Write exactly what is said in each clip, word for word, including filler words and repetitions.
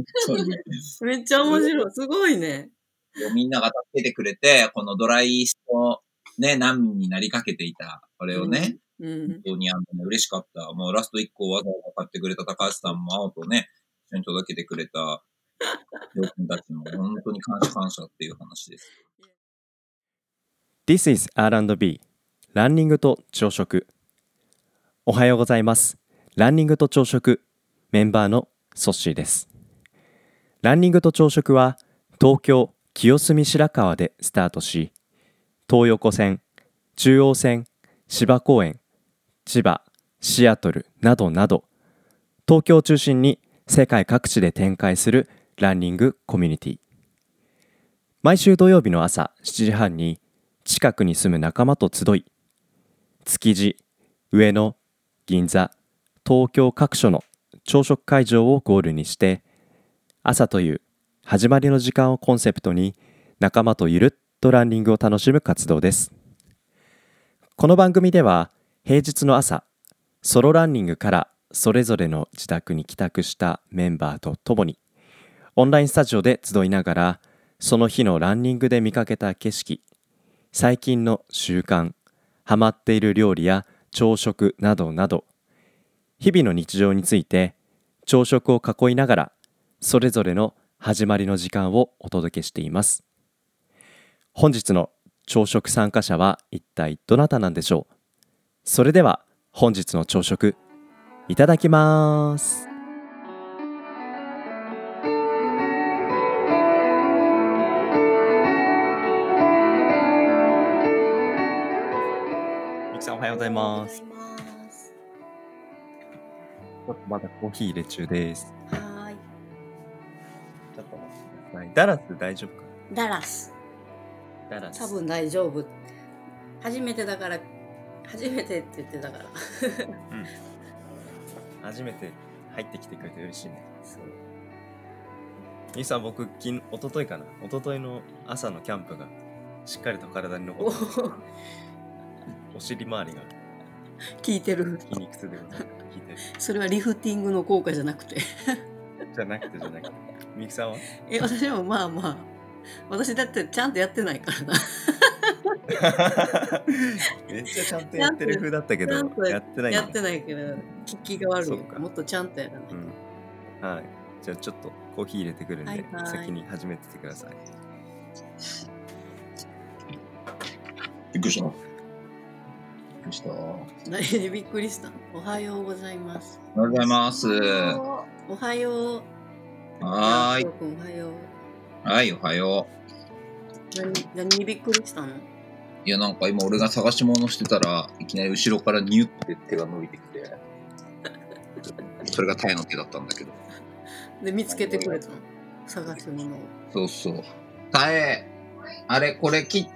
そうね。 めっちゃ面白い。すごいね。 みんなが助けてくれて、このドライストね、難民になりかけていた、これをね、 うんうん、 本当にあの、ね、嬉しかった。もうラストいっこわざわざ買ってくれた高橋さんも青とね、一緒に届けてくれた両親たちも本当に感謝感謝っていう話です。 This is アールアンドビー ランニングと朝食。おはようございます。ランニングと朝食メンバーのソッシーです。ランニングと朝食は東京清澄白河でスタートし、東横線、中央線、芝公園、千葉、シアトルなどなど東京を中心に世界各地で展開するランニングコミュニティ。毎週土曜日の朝しちじはんに近くに住む仲間と集い、築地、上野、銀座、東京各所の朝食会場をゴールにして、朝という始まりの時間をコンセプトに仲間とゆるっとランニングを楽しむ活動です。この番組では平日の朝、ソロランニングからそれぞれの自宅に帰宅したメンバーと共にオンラインスタジオで集いながら、その日のランニングで見かけた景色、最近の習慣、ハマっている料理や朝食などなど、日々の日常について朝食を囲いながらそれぞれの始まりの時間をお届けしています。本日の朝食参加者は一体どなたなんでしょう。それでは本日の朝食いただきます。みきさんおはようございます。ちょっとまだコーヒー入れ中です。 はーい。 ちょっと待ってください。ダラス大丈夫かな。 ダラス。 ダラス。 多分大丈夫。初めてだから、初めてって言ってたから。 うん。初めて入ってきてくれて嬉しいね。 そう。 みきさん、僕、昨日、一昨日かな。一昨日の朝のキャンプがしっかりと体に残って、お尻周りが効いてる。 筋肉痛でございます。効いてる。 それはリフティングの効果じゃなくて。 じゃなくてじゃなくて。みきさんは？ え、私もまあまあ。私だってちゃんとやってないからな。 めっちゃちゃんとやってる風だったけど、やってないんだ。 やってないけど、効きが悪い。 そうか。 もっとちゃんとやらないと。 うん。はい。じゃあちょっとコーヒー入れてくるんで、 はいはい、 先に始めててください。 びっくりした。びっくりした。 何でびっくりした。おはようございます。 おはようございます。 おはよう。 はーい。 おはよう。 はい、おはよう。何、何にびっくりしたの？ いや、なんか今俺が探し物してたら、いきなり後ろからニュって手が伸びてきて、それがタイの手だったんだけど。 で、見つけてくれたの？探し物を。 そうそう。タエ、あれ、これ切って。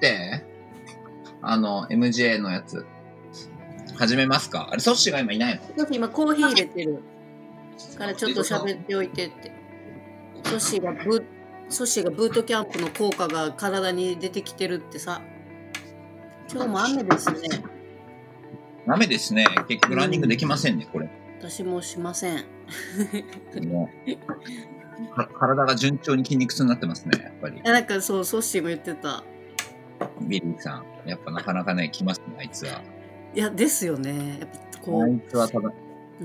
あの、エムジェー のやつ。始めますか？あれ、ソッシーが今いないの？ ソッシー今コーヒー入れてる。からちょっと喋っておいてって。ソッシーがブ、ソッシーがブートキャンプの効果が体に出てきてるってさ。今日も雨ですね。 雨ですね。結局ランニングできませんね、これ。 私もしません。 もう体が順調に筋肉痛になってますね、やっぱり。 なんかそう、ソッシーも言ってた。 ビリーさん、やっぱなかなかね、来ますね、あいつは。 いや、ですよね。やっぱこう。 あいつはただ、 うん。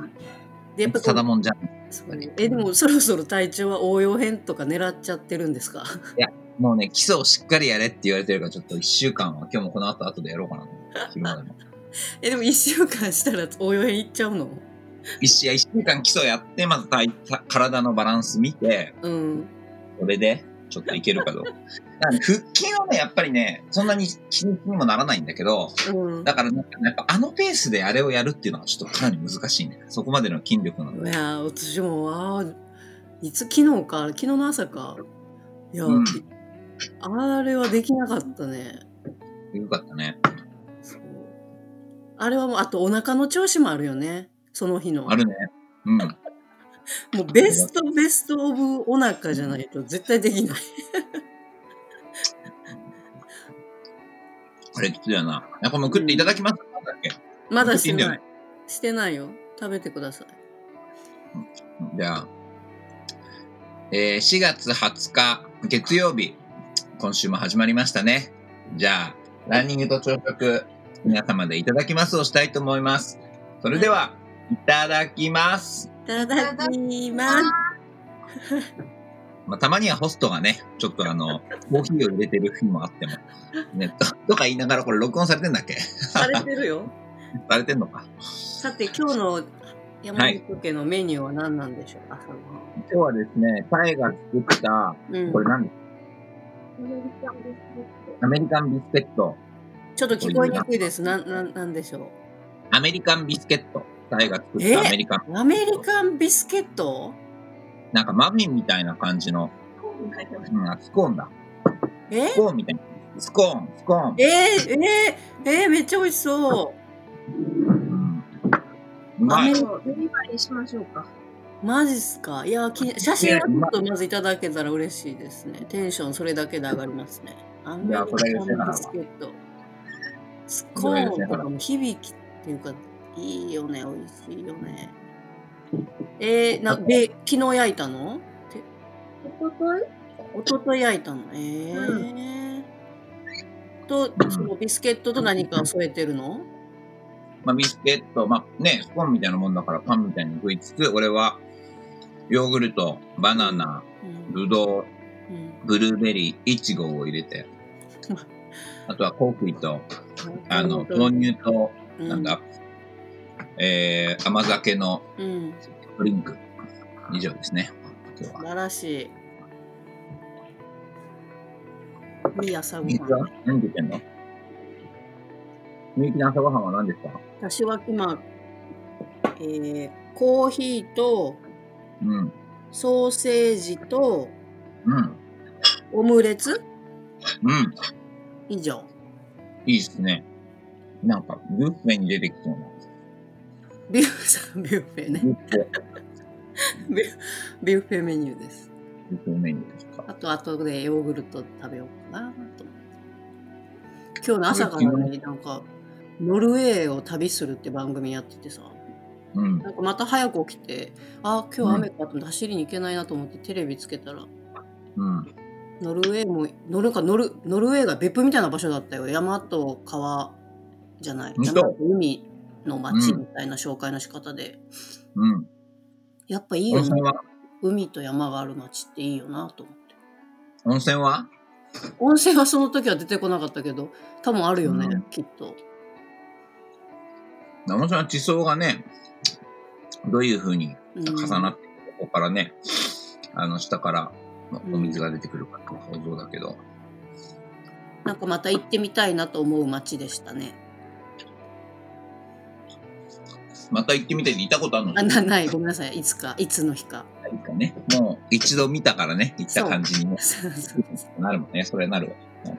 で、やっぱただもんじゃん。 え、でもそろそろ体調は応用編とか狙っちゃってるんですか？ いや、もうね、基礎をしっかりやれって言われてるから、ちょっと一週間は、今日もこの後後でやろうかなと思って、昼までも。 え、でも一週間したら応用編いっちゃうの？ 一週、一週間基礎やって、まず体体のバランス見て、 うん。 それで、ちょっといけるかどうか。腹筋はね、やっぱりね、そんなに筋肉にもならないんだけど、うん、だからなんか、やっぱあのペースであれをやるっていうのはちょっとかなり難しいね。そこまでの筋力なので。 いや、私も、ああ、いつ昨日か、昨日の朝か。いや、うん、あれはできなかったね。 よかったね。 そう。あれはもう、あとお腹の調子もあるよね。その日の。 あるね。うん。 もうベストベストオブお腹じゃないと絶対できない。 あれ、きついよな。やっぱもう食っていただきますか、うん、だっけ？ まだしてない。してないよ。食べてください。 じゃあ、 えー、しがつはつか月曜日、今週も始まりましたね。じゃあ、ランニングと朝食、皆様でいただきますをしたいと思います。それでは、いただきます。 いただきます。 まあ、たまにはホストがね、ちょっとあの、コーヒーを入れてる日もあっても、ね、と, とか言いながらこれ録音されてんだっけ？ されてるよ。 されてんのか。 さて、今日の山本家のメニューは何なんでしょうか、はい、 今日はですね、タイが作った、うん、これ何ですか？アメリカンビスケット。 ちょっと聞こえにくいです。な、な、なんでしょう。 アメリカンビスケット。タイが作ったアメリカン。 アメリカンビスケット？ なんかマフィンみたいな感じの。うん、スコーンだ。 えスコーンみたいな。スコーン、スコーン。 えー、えー、えー、めっちゃ美味しそう。 うん。うまい。 デリバリーしましょうか。 マジっすか？いや、き写真はちょっとまずいただけたら嬉しいですね。テンションそれだけで上がりますね。アメリカンビスケット。スコーンとかも響きっていうか、いいよね、美味しいよね。えー、な、で、昨日焼いたの？ おととい？ おととい焼いたの。えー。うん、と、そのビスケットと何か添えてるの？ まあ、ビスケット、まあね、スコーンみたいなもんだからパンみたいに食いつつ、俺はヨーグルト、バナナ、ぶどう、ブルーベリー、イチゴを入れて、あとはコーヒーと、あの、豆乳と、なんだ、うん、えー、甘酒のドリンク、以上ですね。 素晴らしい。いい朝ごはん。 何出てんの？みゆきの朝ごはんは何ですか？ 私は今、えー、コーヒーと、 うん、 ソーセージと、 うん、 オムレツ、 うん、 以上。 いいですね。なんかビュッフェに出てきそうな。 ビュッフェ、ビュッフェね。ビュッフェビュ、ビュッフェメニューです。 ビュッフェメニューですか。 あと後でヨーグルト食べようかなと。今日の朝からね、なんかノルウェーを旅するって番組やっててさ、 うん、 なんかまた早く起きて、あ、今日雨かと思って走りに行けないなと思ってテレビつけたら、 うん、 ノルウェーもノルかノルノルウェーが別府みたいな場所だったよ。山と川じゃない、山と海の町みたいな紹介の仕方で、 うん、 やっぱいいよね。海と山がある町っていいよなと思って。 温泉は？ 温泉はその時は出てこなかったけど、多分あるよね、うん、きっと。 温泉は地層がね、どういう風に重なって、ここからね、あの下からお水が出てくるかと想像だけど、うん、 なんかまた行ってみたいなと思う街でしたね。 また行ってみたいって言ったことあるの？ あ、な、ない、ごめんなさい。いつか、いつの日か。 いつかね。もう一度見たからね、行った感じにね。なるもんね、それなるわ。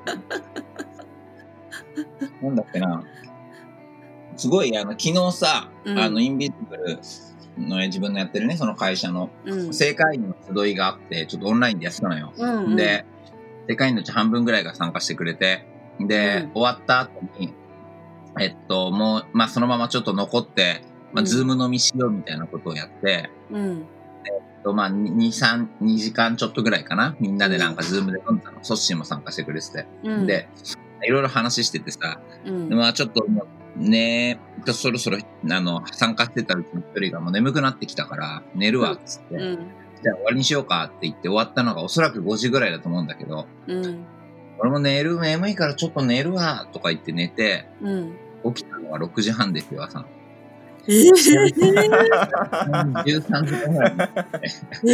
なんだっけな。すごい、あの、昨日さ、うん、あの、インビジブルの自分のやってるね、その会社の、うん、正会員の集いがあって、ちょっとオンラインでやってたのよ。うんうん、で、正会員のうち半分ぐらいが参加してくれて、で、うん、終わった後に、えっと、もう、まあ、そのままちょっと残って、まあ、ズーム飲みしようみたいなことをやって、うん、えっと、まあ、に、さん、にじかんちょっとぐらいかな。みんなでなんかズームで飲んだの。ソッシーも参加してくれてて。うん、で、いろいろ話しててさ、うん、まあちょっと、ねえ、そろそろ、あの、参加してたうちの一人がもう眠くなってきたから、寝るわ、つって、うん、じゃあ終わりにしようかって言って終わったのがおそらくごじぐらいだと思うんだけど、うん、俺も寝る、眠いからちょっと寝るわ、とか言って寝て、うん、起きたのがろくじはんですよ、朝の。 えぇ、ー、 じゅうさんじかんぐらい。 え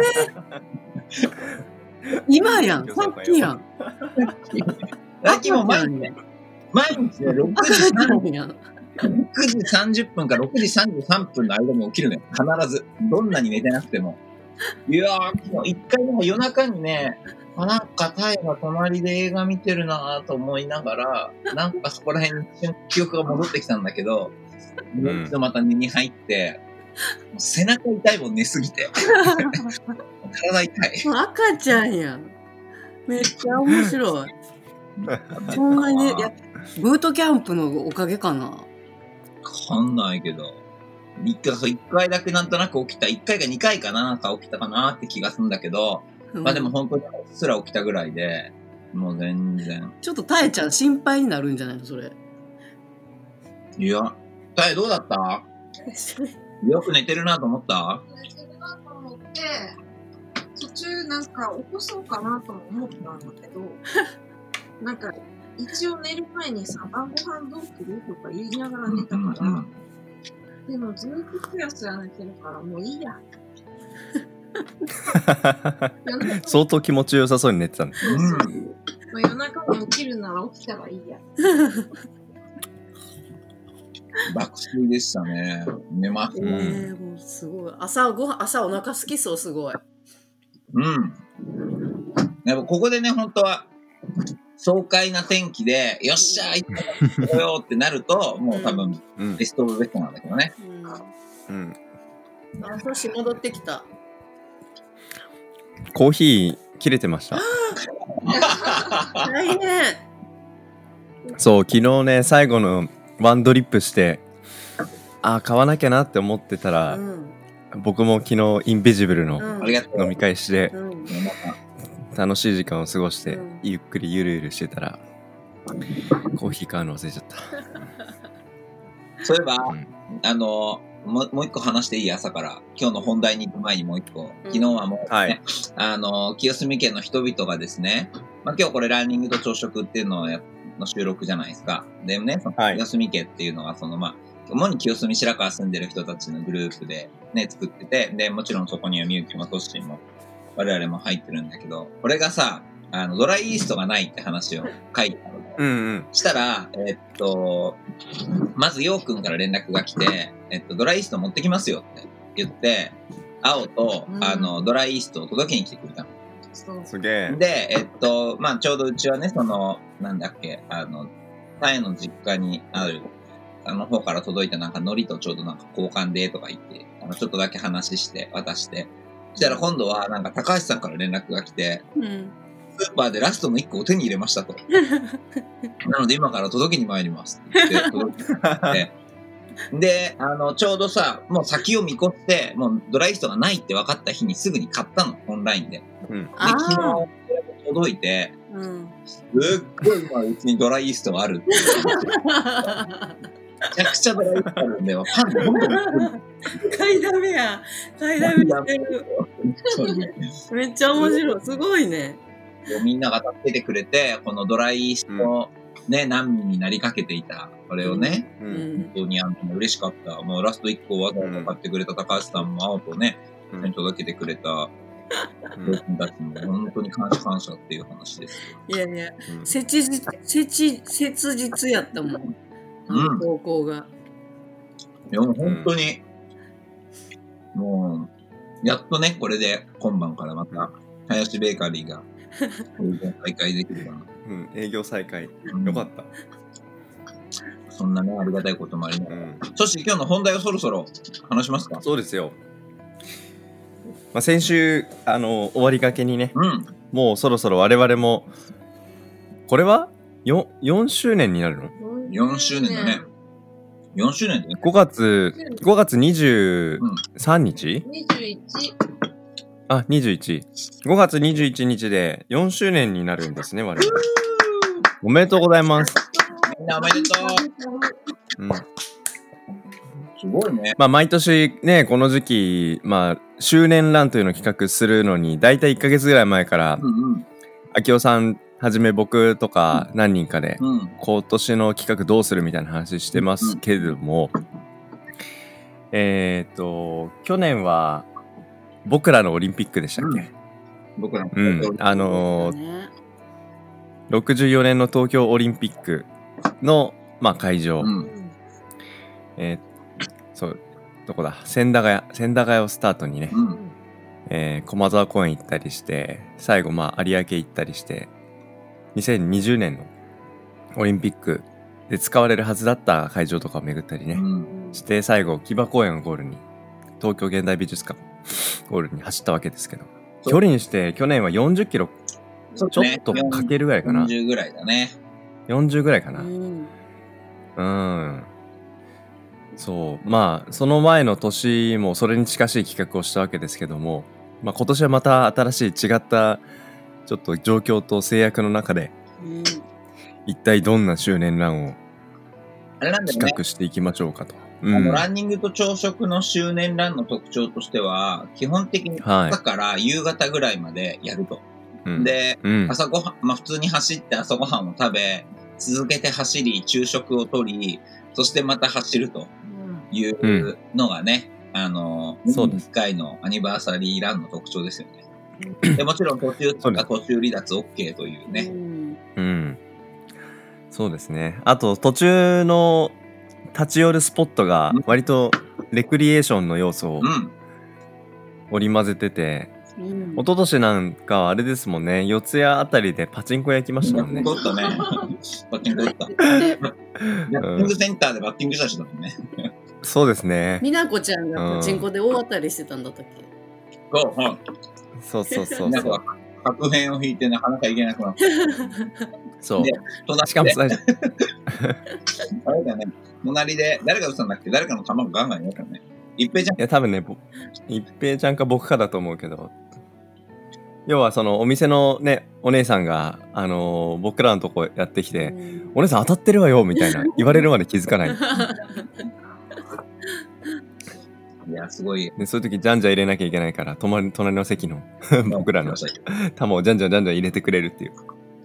ー、今やん、さっきやん。 さっきも毎日、毎日ね、ろくじさんじゅっぷんかろくじさんじゅうさんぷんの間に起きるのよ。必ず。どんなに寝てなくても。いやー、一回でも夜中にね、あ、なんかタイが隣で映画見てるなと思いながら、なんかそこら辺に記憶が戻ってきたんだけど、もう一度また寝に入って、うん、背中痛いもん寝すぎて。体痛い。 赤ちゃんやん。めっちゃ面白い。そんなにね、いや、ブートキャンプのおかげかな。 わかんないけど。 一回、そう一回だけなんとなく起きた。一回か二回かななんか起きたかなって気がするんだけど、うん、まあでも本当にうっすら起きたぐらいで、もう全然。 ちょっとタエちゃん心配になるんじゃないのそれ。 いや、タエどうだったよく寝てるなと思った寝てるなと思って、途中なんか起こそうかなとも思ったんだけど、なんか一応寝る前にさ、晩ご飯どうするとか言いながら寝たから、うんうんうん、でもずっとクラスや寝てるからもういいや。 相当気持ちよさそうに寝てたんだ。 そうそう、うん、まあ、夜中に起きるなら起きたらいいや。 爆睡でしたね。寝ますね。 えー、もうすごい。朝ご飯、朝お腹すきそう、すごい。 うん。やっぱここでね、本当は爽快な天気で、よっしゃー、行ったよってなると、もう多分、うん、ベストオブベストなんだけどね。 うん。うん、あ、少し戻ってきた。 コーヒー切れてました。 大変。 そう、昨日ね、最後のワンドリップして、あー買わなきゃなって思ってたら、うん、僕も昨日インビジブルの飲み会して、うん、楽しい時間を過ごして、うん、ゆっくりゆるゆるしてたらコーヒー買うの忘れちゃった。 そういえば、うん、あのもう一個話していい？朝から今日の本題に行く前にもう一個、昨日はもう、ね、はい、あの清澄県の人々がですね、まあ、今日これランニングと朝食っていうのをやの収録じゃないですか。でね、その清澄家っていうのがその、まあ主に清澄白河住んでる人たちのグループでね、作ってて、で、もちろんそこにはみゆきもトッシーも我々も入ってるんだけど、これがさ、あの、ドライイーストがないって話を書いてある。うんうん。したら、えっと、まずようくんから連絡が来て、えっと、ドライイースト持ってきますよって言って、青と、うん、あの、ドライイーストを届けに来てくれたの。 すげえ。 で、えっと、まあちょうどうちはね、その、なんだっけ、あの、タエの実家にある、あの方から届いたなんか海苔とちょうどなんか交換でとか言って、あのちょっとだけ話して渡して、そしたら今度はなんか高橋さんから連絡が来て、うん、スーパーでラストのいっこを手に入れましたと。なので今から届けに参りますって言って届けてもらって、で、あの、ちょうどさ、もう先を見越して、もうドライイーストがないって分かった日にすぐに買ったの、オンラインで。うん、で、昨日届いて、うん、すっごい今うちにドライイーストがあるっていう。めちゃくちゃドライイーストあるんで、パンどんどん買いだめや。買いだめしてる。めっちゃ面白い。すごいね。 みんなが助けてくれて、このドライイースト、ね、難民になりかけていた。これをね、うん、本当にあの嬉しかった。もうラストいっこわざわざ買ってくれた高橋さんも青とね、うん、届けてくれた僕たちも本当に感謝感謝っていう話です。 いやいや、うん、切実、切、切実やったもん。うん。投稿が。 いやもう本当に、うん、もう、やっとね、これで今晩からまた、林ベーカリーが営業再開できるかな。 うん、営業再開。よかった。 そんなね、ありがたいこともあります。うん、そして今日の本題をそろそろ話しますか？ そうですよ。まあ、先週、あの、終わりがけにね、うん、もうそろそろ我々も、これは 4, 4周年になるの？ よん 周年だね。よん周年だね。 ごがつ、ごがつにじゅうさんにち、 うん、にじゅういち。 あ、にじゅういち。ごがつにじゅういちにちでよんしゅうねんになるんですね、我々。おめでとうございます。 みんなおめでとう。うん。すごいね。 まあ、毎年ね、この時期、まあ、周年ランというのを企画するのに、だいたいいっかげつぐらい前から、うんうん、秋夫さんはじめ僕とか何人かで、うん、今年の企画どうするみたいな話してますけれども、うん、えっと、去年は、僕らのオリンピックでしたっけ？うん、 僕らの、 うん、あのー、ろくじゅうよねんの東京オリンピックの、まあ、会場、うん、えー、そうどこだ千駄ヶ谷千駄ヶ谷をスタートにね、うん、えー、駒沢公園行ったりして最後まあ有明行ったりしてにせんにじゅうねんのオリンピックで使われるはずだった会場とかを巡ったりね、うん、して最後木場公園をゴールに東京現代美術館ゴールに走ったわけですけど、距離にして去年はよんじゅっキロちょっとかけるぐらいかな。 よんじゅうぐらいだね。 よんじゅうぐらいかな。うん。うんそうまあその前の年もそれに近しい企画をしたわけですけども、まあ、今年はまた新しい違ったちょっと状況と制約の中で、うん、一体どんな周年ランを企画していきましょうかと。 あのランニングと朝食の周年ランの特徴としては、基本的に朝から夕方ぐらいまでやると。はい、で、うん、朝ごはん、まあ普通に走って朝ごはんを食べ、続けて走り、昼食をとり、そしてまた走るというのがね、うん、あの、年にいっかいのアニバーサリーランの特徴ですよね。でもちろん途中とか途中離脱 OK というね。うん。 うん、そうですね。あと途中の立ち寄るスポットが割とレクリエーションの要素を織り交ぜてて、うん、一昨年なんかはあれですもんね、四谷あたりでパチンコ焼きましたもんね。 パチンコ打ったね。パチンコ打った。バッティングセンターでバッティングした人だもんね。 そうですね。 みなこちゃんがパチンコで大当たりしてたんだったっけ、 うん、そう、はい。 そうそうそうそう。 みなこは白片を引いてなかなかいけなくなった。 そう。しかも最初。 あれだね。隣で、誰が打ったんだっけ？誰かの球がガンガンやったね。一平ちゃん。 いや、多分ね、一平ちゃんか僕かだと思うけど。要はそのお店のね、お姉さんが、あのー、僕らのとこやってきて、お姉さん当たってるわよみたいな言われるまで気づかない。 いや、すごい。 で、そういう時じゃんじゃん入れなきゃいけないから、隣隣の席の僕らの球をじゃんじゃんじゃんじゃん入れてくれるっていう。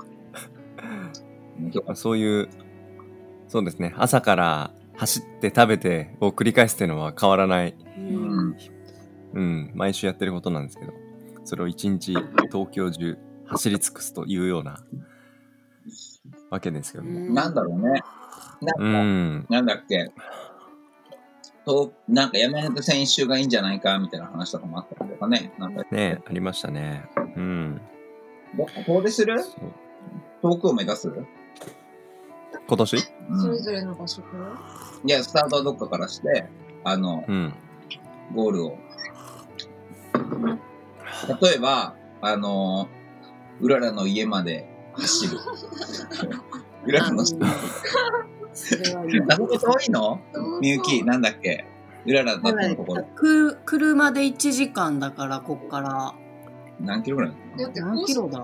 そういう、そうですね、朝から走って食べてを繰り返すっていうのは変わらない、うんうん、毎週やってることなんですけど、それを一日東京中走り尽くすというようなわけですけども。 なんだろうね。なんか、うん、なんだっけ。となんか山手線一周がいいんじゃないかみたいな話とかもあったりとかね。なんかね、ありましたね。うん。 遠出する？遠くを目指す？ 今年？ うん、それぞれの場所から？ いや、スタートはどっかからして、あの、うん、ゴールを。例えば、あの、うららの家まで走る。うららの家まで。なるほど、遠いの？みゆき、なんだっけ？うららだったのところ。 く車でいちじかんだから、こっから。 何キロぐらい？ 何キロだ？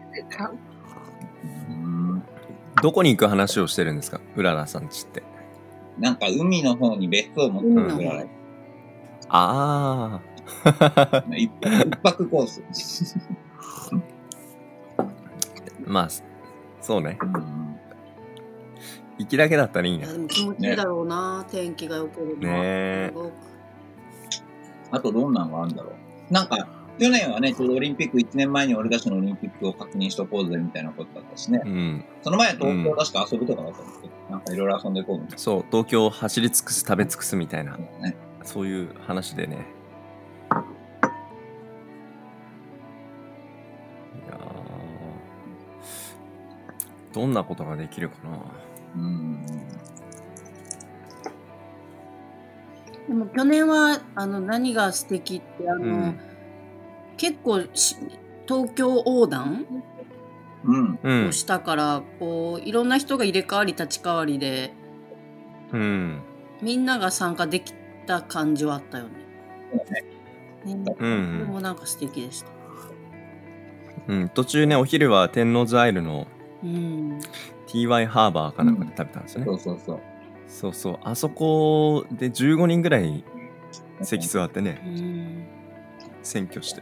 どこに行く話をしてるんですか、うららさんちって。 なんか海の方に別荘を持ってるうらら。 ああ。一泊コース。 まあ、そうね。行きだけだったらいいな。 でも気持ちいいだろうな、ね、天気が良ければ。 ね。 あとどんなのがあるんだろう。なんか、去年はね、ちょうどオリンピックいちねんまえに俺たちのオリンピックを確認しとこうぜみたいなことだったしね。うん、その前は東京確か遊ぶとかだったんですけど、うん、なんかいろいろ遊んでいこうみたいな。 そう、東京を走り尽くす、食べ尽くすみたいな、そうね、そういう話でね。いやどんなことができるかな。うん。 でも去年はあの何が素敵ってあの、うん結構し東京横断、うん、をしたから、こういろんな人が入れ替わり立ち替わりで、うん、みんなが参加できた感じはあったよね。ね、うんうん、でもなんか素敵でした。 うん、途中ねお昼は天王洲アイルの ティーワイ ハーバーかなんかで食べたんですよね。 うん、そうそうそう。 そうそうあそこでじゅうごにんぐらい席座ってね、うん、選挙して。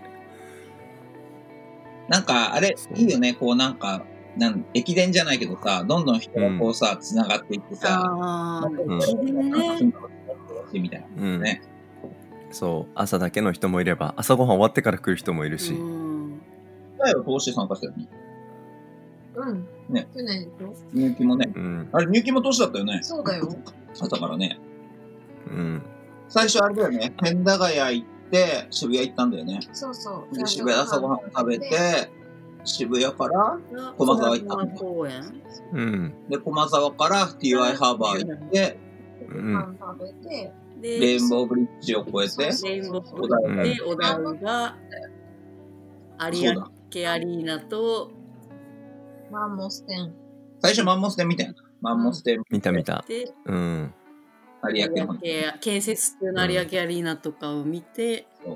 なんか、あれ、いいよね。こう、なんか、なん駅伝じゃないけどさ、どんどん人がこうさ、つながっていってさ、ああ、うん、みたいなね、 うん。そう、朝だけの人もいれば、朝ごはん終わってから来る人もいるし。 前は投資参加したよね。 うん。 ね。 去年と。 みゆきもね。うん、あれ、みゆきも投資だったよね。 そうだよ。 朝からね。 うん。 最初あれだよね。千駄ヶ谷行って、で渋谷行ったんだよね。 そうそう。 で渋谷朝ごはん食べて、渋谷から駒沢行ったんだよ。うん。で駒沢から ティーワイ ハーバー行って、 うん、食べて、 レインボーブリッジを越えて、 レインボーブリッジでお台場、有明アリーナとマンモス店。 最初マンモス店見たよな。マンモス店見た見た。うん。 有明の方有明建設中の有明アリーナとかを見て、 そう。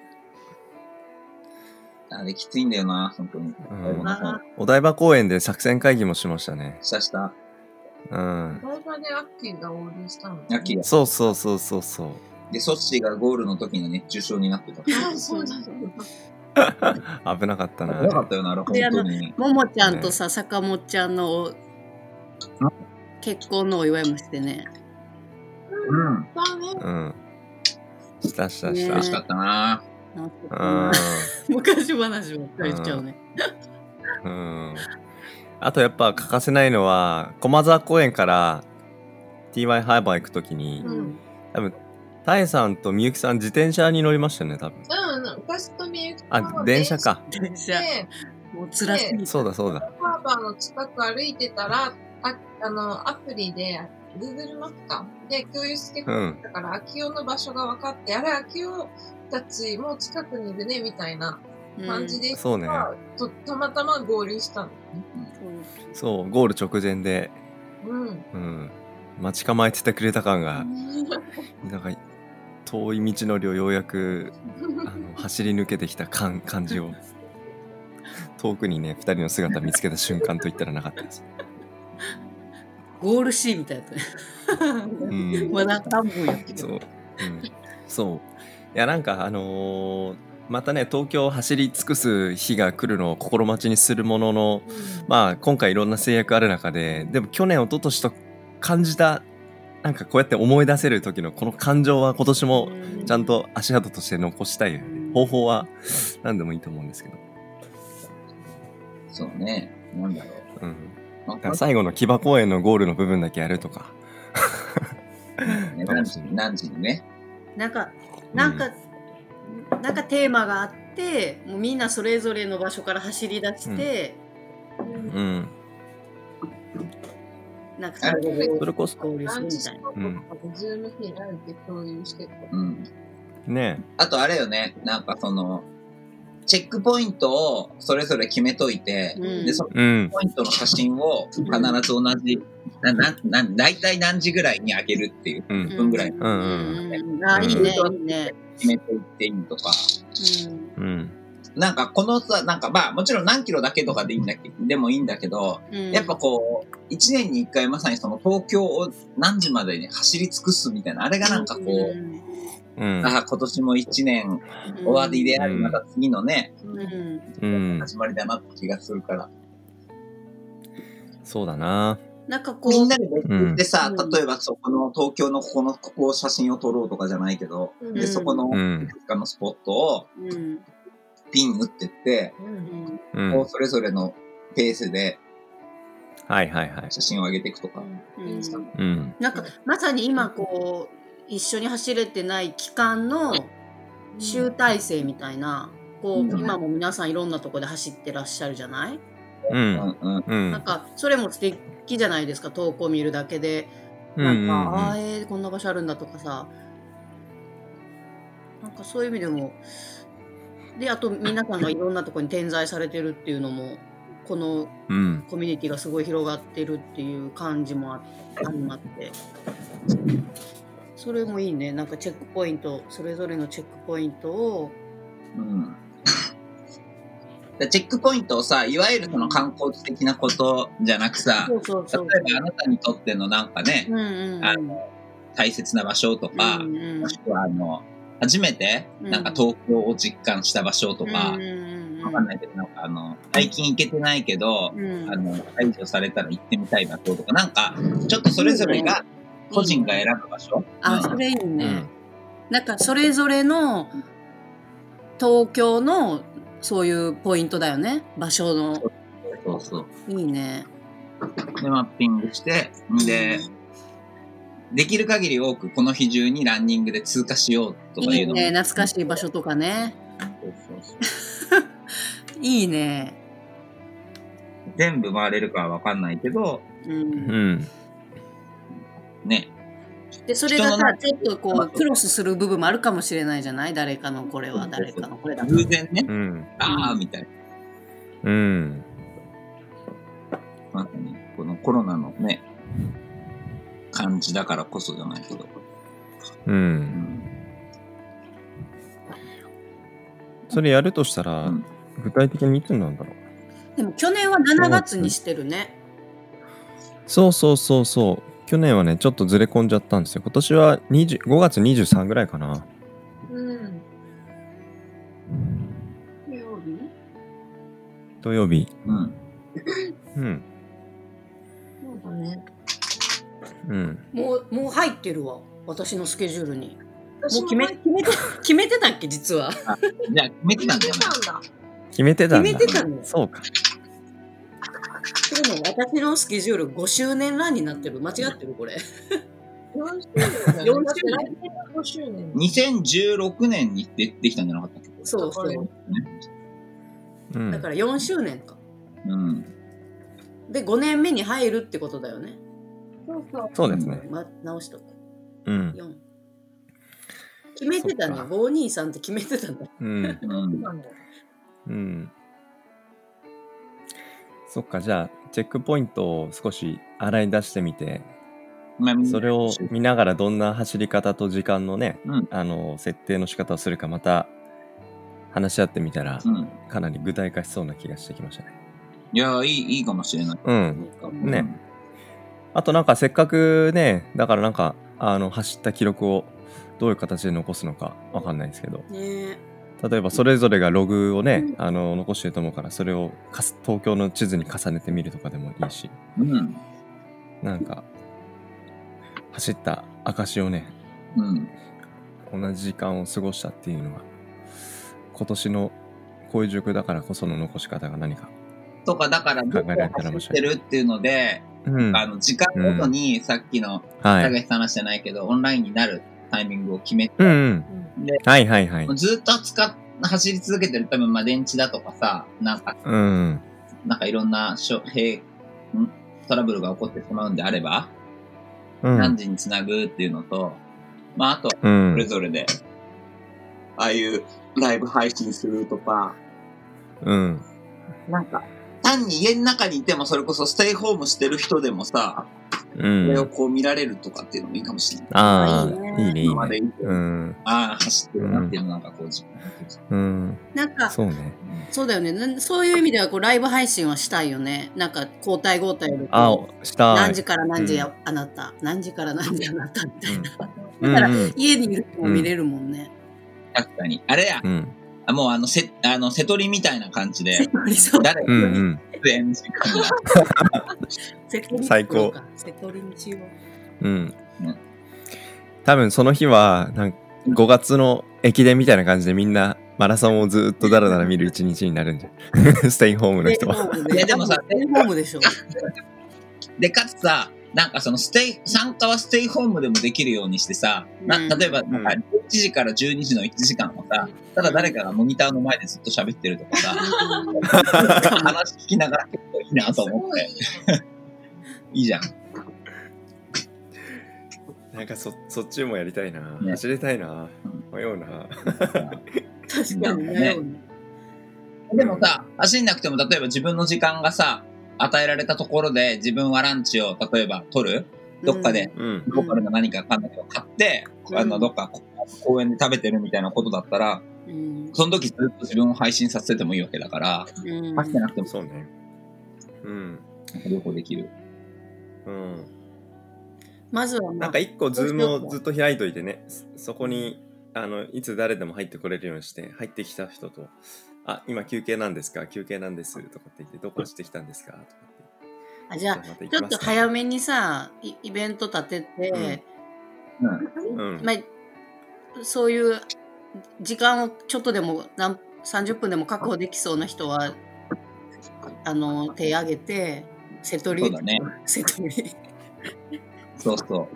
あれきついんだよな、本当に。 うんあお台場公園で作戦会議もしましたね。 したした。 うん。 動画でアッキーが合流したの、ね。 アッキーがそうそうそうそうそう。 で、ソッシーがゴールの時に熱中症になってた。 あ、そうだそう危なかったな。 危なかったよな、あれ、本当に。 ももちゃんとさ、坂本ちゃんの結婚のお祝いもしてね。 うん。 だね。 うん。したしたしねた。 楽しかったな。 なんうか昔話ばっかりしちゃうね。 ん。うん。あとやっぱ欠かせないのは、駒沢公園から ティーワイ ハーバー行くときに、 うん多分、タエさんとみゆきさん自転車に乗りましたよね、多分。 うん、私とみゆきさんはあ、電車か。 電車。 で、 もう辛すぎて。 そうだそうだ。 ハーバーの近く歩いてたら、ああの、アプリで、Google マップか。で、共有してくれたから、秋代の場所が分かって、あれ、秋代たちもう近くにいるね、みたいな感じで、 そうね。 とたまたま合流したのね。 そう、ゴール直前で、 うん。 うん。待ち構えててくれた感が、なんか、遠い道のりをようやくあの走り抜けてきた感感じを遠くにねふたりの姿見つけた瞬間といったらなかったです。 ゴールシーンみたいだったね。 うん、 まだ半分やってそう、うん、そういやなんかあのー、またね東京を走り尽くす日が来るのを心待ちにするものの、まあ今回いろんな制約ある中ででも去年一昨年と感じたなんかこうやって思い出せる時のこの感情は今年もちゃんと足跡として残したいよね。方法は何でもいいと思うんですけど。 そうね。なんだろう。 うん。 なんだから最後の騎馬公園のゴールの部分だけやるとか。 ね、何時に何時にね。 なんか、なんか、うん、なんかテーマがあって、もうみんなそれぞれの場所から走り出して、 うん。うんなんかそれそれこそ交流するみたいな。 うん。ズーム開いて共有してた。 うん。 ねえ。 あとあれよね、なんかその、チェックポイントをそれぞれ決めといて、うん、で、そのチェックポイントの写真を必ず同じ、うん、な、な、な、大体何時ぐらいに上げるっていう、うん、分ぐらい。うんうんうん。あ、いいね、いいね。 決めていっていいとか。 うん。 うんなんかこのさ、なんかまあもちろん何キロだけとかでいいんだけど、でもいいんだけど、うん、やっぱこう、一年に一回まさにその東京を何時までに走り尽くすみたいな、あれがなんかこう、うん、あ今年も一年終わりであり、うん、また次のね、うん、始まりだなって気がするから。 そうだな。 なんかこう。 みんなで別にでさ、うん、例えばそこの東京のここの、ここを写真を撮ろうとかじゃないけど、うん、で、そこのいくつかのスポットを、うんピン打ってって、うん、こうそれぞれのペースではいはいはい写真を上げていくとか、 うんうん、なんかまさに今こう一緒に走れてない期間の集大成みたいな、こう、うん、今も皆さんいろんなとこで走ってらっしゃるじゃない、 うんうん、 なんかそれも素敵じゃないですか、投稿見るだけでなんか、うんうんうん、ああ、えー、こんな場所あるんだとかさ、なんかそういう意味でもで、あと皆さんがいろんなところに点在されてるっていうのもこのコミュニティがすごい広がってるっていう感じもあってそれもいいね。なんかチェックポイントそれぞれのチェックポイントを、 うん、チェックポイントをさいわゆるその観光地的なことじゃなくさ、うん、そうそうそう例えばあなたにとってのなんかね、うんうんうん、あの大切な場所とか、うんうん、もしくはあの初めてなんか東京を実感した場所とか、うん、わかんないけどなんかあの最近行けてないけど、うん、あの解除されたら行ってみたい場所とかなんかちょっとそれぞれが個人が選ぶ場所、 いいね、あ、それいいね、うん、なんかそれぞれの東京のそういうポイントだよね、場所の。 そうそうそういいね。 でマッピングしてで、うんできる限り多くこの日中にランニングで通過しようとかいうのもいいね、懐かしい場所とかね。そうそうそういいね。 全部回れるかは分かんないけど、うん、ね。 でそれがさちょっとこうクロスする部分もあるかもしれないじゃない、誰かのこれは誰かのこれだ偶然ね、うん、ああみたいな。 うん。 まさにこのコロナのね。 感じだからこそじゃないけど。 うん。うん、それやるとしたら、うん、具体的にいつなんだろう。 でも去年はしちがつにしてるね。 そうそうそうそう。去年はねちょっとずれ込んじゃったんですよ。今年はごがつにじゅうさんぐらいかな。うん。 土曜日？ 土曜日。 うん。 うん。 そうだね。 うん。 もうもう入ってるわ。私のスケジュールに。もう決め決めて決めてたっけ実は。 じゃあ決めてたんだよ。 決めてたんだ。 決めてたんだ。 そうか。 でも私のスケジュールごしゅうねんランになってる。間違ってるこれ。 よんしゅうねん。よんしゅうねん。ごしゅうねん。 にせんじゅうろくねんにでできたんじゃなかったっけ？ そうそう。うん、だからよんしゅうねんか。 うん。 でごねんめに入るってことだよね。 そうそう。 そうですね。 ま、直しとく。 うん。 よん決めてたね。ごにさんって決めてたんだ。 うん。うん。そっか、じゃあチェックポイントを少し洗い出してみて、それを見ながらどんな走り方と時間のね、うん、あの設定の仕方をするかまた話し合ってみたら、うん、かなり具体化しそうな気がしてきましたね。 いやー、いいいいかもしれない。 うん。ね。うん、あとなんかせっかくね、だからなんかあの走った記録をどういう形で残すのかわかんないですけど、 ね、 例えばそれぞれがログをね、うん、あの残してると思うからそれを東京の地図に重ねてみるとかでもいいし、 うん、 なんか走った証をね、 うん、 同じ時間を過ごしたっていうのは今年のこういう状況だからこその残し方が何かとかだからどこを走ってるっていうので、うん、あの時間ごとにさっきの高橋さん話してないけど、はい、オンラインになるタイミングを決めて、 うんうん、で、はいはいはい、 ずっと使っ走り続けてる多分まあ電池だとかさ、なんか、 うん、 なんかいろんなしょへんトラブルが起こってしまうんであれば、うん、何時につなぐっていうのと、まああとはそれぞれで、うん、ああいうライブ配信するとか、 うん、 なんか単に家の中にいてもそれこそステイホームしてる人でもさ、 うん、 これをこう見られるとかっていうのもいいかもしれない。 ああ、いいね、いいね、いいね。 うん、ああ、走ってるなっていうのなんかこう自分、うん、 なんかそうね、 そうだよね。そういう意味ではこうライブ配信はしたいよね。なんか交代交代であしたい。 何時から何時、うん、あなた、何時から何時あなたみたいな。うん、だから家にいる人も見れるもんね。 うん、確かに。あれや。 うんあもうあのせあの瀬戸りみたいな感じで誰かに出演時間が最高。 瀬戸りにしよう。うん。多分その日はなんごがつの駅伝みたいな感じでみんなマラソンをずっとだらだら見る一日になるんじゃん。ステイホームの人は。 いやでもさステイホームでしょ。 でかつさ。なんかそのステイ、参加はステイホームでもできるようにしてさ、な例えばなんかいちじからじゅうにじのいちじかんをさ、ただ誰かがモニターの前でずっと喋ってるとかさ、話聞きながら結構いいなと思って。いいじゃん。 なんかそ、そっちもやりたいな。ね、走りたいな。迷うな。 確かにね。 でもさ、走んなくても例えば自分の時間がさ、与えられたところで自分はランチを例えば取るどっかでローカルの何かわかんないけど買って、うん、あのどっか公園で食べてるみたいなことだったら、うん、その時ずっと自分を配信させてもいいわけだから、うん、走ってなくてもそうね。うん。 旅行できる。 うん。 まずは、まあ、 なんか一個ズームをずっと開いといてね、そこにあのいつ誰でも入ってこれるようにして入ってきた人と。あ、今休憩なんですか休憩なんですとかって言ってどこしてきたんですかとかってあじゃあちょっと早めにさイベント立てて、 うんうんまあ、そういう時間をちょっとでも何さんじゅっぷんでも確保できそうな人はあの手挙げて瀬戸りそうだね瀬戸りそうそう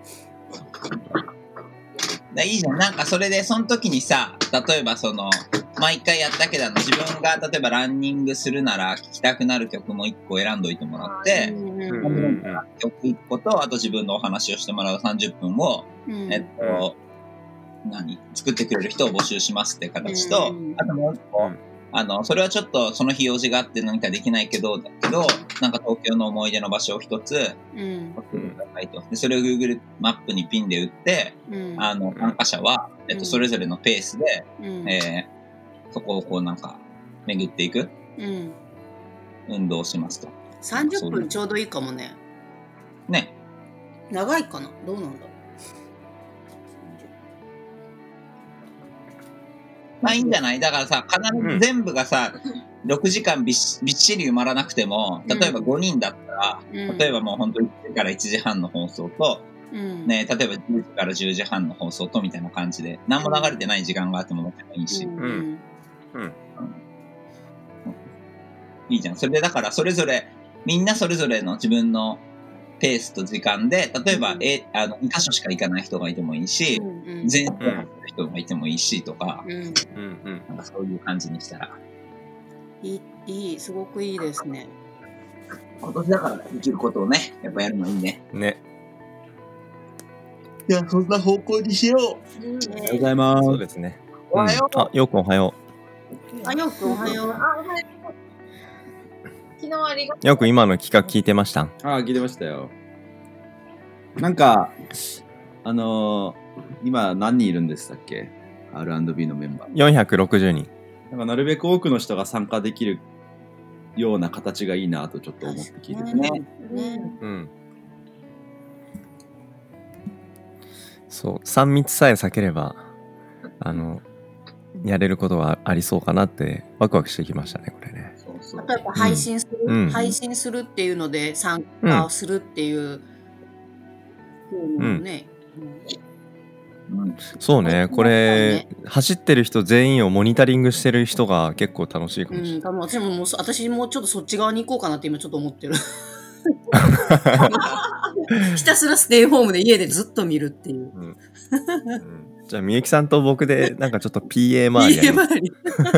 いいじゃんなんかそれでその時にさ例えばその毎回やったけど自分が例えばランニングするなら聴きたくなる曲もいっこ選んどいてもらって、うんうん、曲いっことあと自分のお話をしてもらうさんじゅっぷんを、うん、えっと何作ってくれる人を募集しますって形と、うん、あともういっこ、 あの、それはちょっとその日用事があって何かできないけど、だけど、なんか東京の思い出の場所を一つ、うん。送ってくださいと。で、それを Google マップにピンで打って、うん、あの、参加者は、えっと、それぞれのペースで、うん、えー、そこをこうなんか、巡っていく、うん、運動をしますと。 さんじゅっぷんちょうどいいかもね。 ね。 長いかな？どうなんだろう。 まあいいんじゃない？だからさ、必ず全部がさ、うん、ろくじかんびっし、びっしり埋まらなくても、例えばごにんだったら、うん、例えばもう本当にいちじからいちじはんの放送と、うん、ね、例えばじゅうじからじゅうじはんの放送とみたいな感じで、何も流れてない時間があってももちろんいいし。うん。うん。うん。いいじゃん。それでだからそれぞれ、みんなそれぞれの自分のペースと時間で、例えば、うん、え、あの、に箇所しか行かない人がいてもいいし、うんうん、全然行く人がいてもいいしとか、うん、なんかそういう感じにしたら。 いい、いい、すごくいいですね。 今年だからできることをね、やっぱやるのいいね。 ね。 いや、そんな方向にしよう。 うん、おはようございます。そうですね。おはよう。うん、あ、ようくんおはよう。あ、ようくんおはよう。あ、おはよう。昨日ありがとう。 ようくん今の企画聞いてました？ ああ、聞いてましたよ。なんか、あのー、今何人いるんでしたっけ？ アールアンドビー のメンバー。 よんひゃくろくじゅうにん。 なんかなるべく多くの人が参加できるような形がいいなとちょっと思って聞いててね。うん。 そう、さん密さえ避ければ、あの、やれることがありそうかなってワクワクしてきましたね、これね。 例えば配信する、うん、配信するっていうので参加をするっていうのもね、 うんうん、そうね、これ、ね、走ってる人全員をモニタリングしてる人が結構楽しいかもしれない、うん、 私ももう私もちょっとそっち側に行こうかなって今ちょっと思ってるひたすらステイホームで家でずっと見るっていう、うんうん、 じゃあみゆきさんと僕でなんかちょっと ピーエー 周りやる ピーエー 周り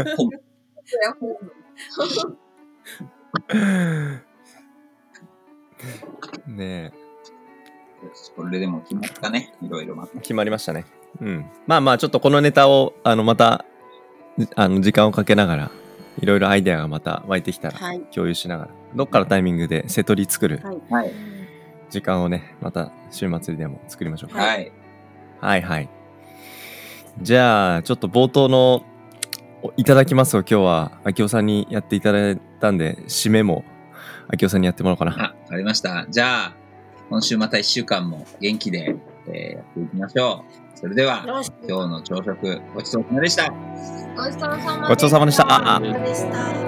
ねえ。 これでも決まったね。いろいろまた。 決まりましたね。うん。まあまあちょっとこのネタをあのまたあの時間をかけながらいろいろアイデアがまた湧いてきたら共有しながら、はい、どっかのタイミングでセトリ作る時間をねまた週末にでも作りましょうか。 はい。 はいはい。じゃあちょっと冒頭のいただきますを今日は秋夫さんにやっていただいたんで締めも秋夫さんにやってもらおうかな。 あ、わかりました。じゃあ今週またいっしゅうかんも元気で、えー、やっていきましょう。それでは今日の朝食ごちそうさまでした。 ごちそうさまでした。 ごちそうさまでした。 ああ。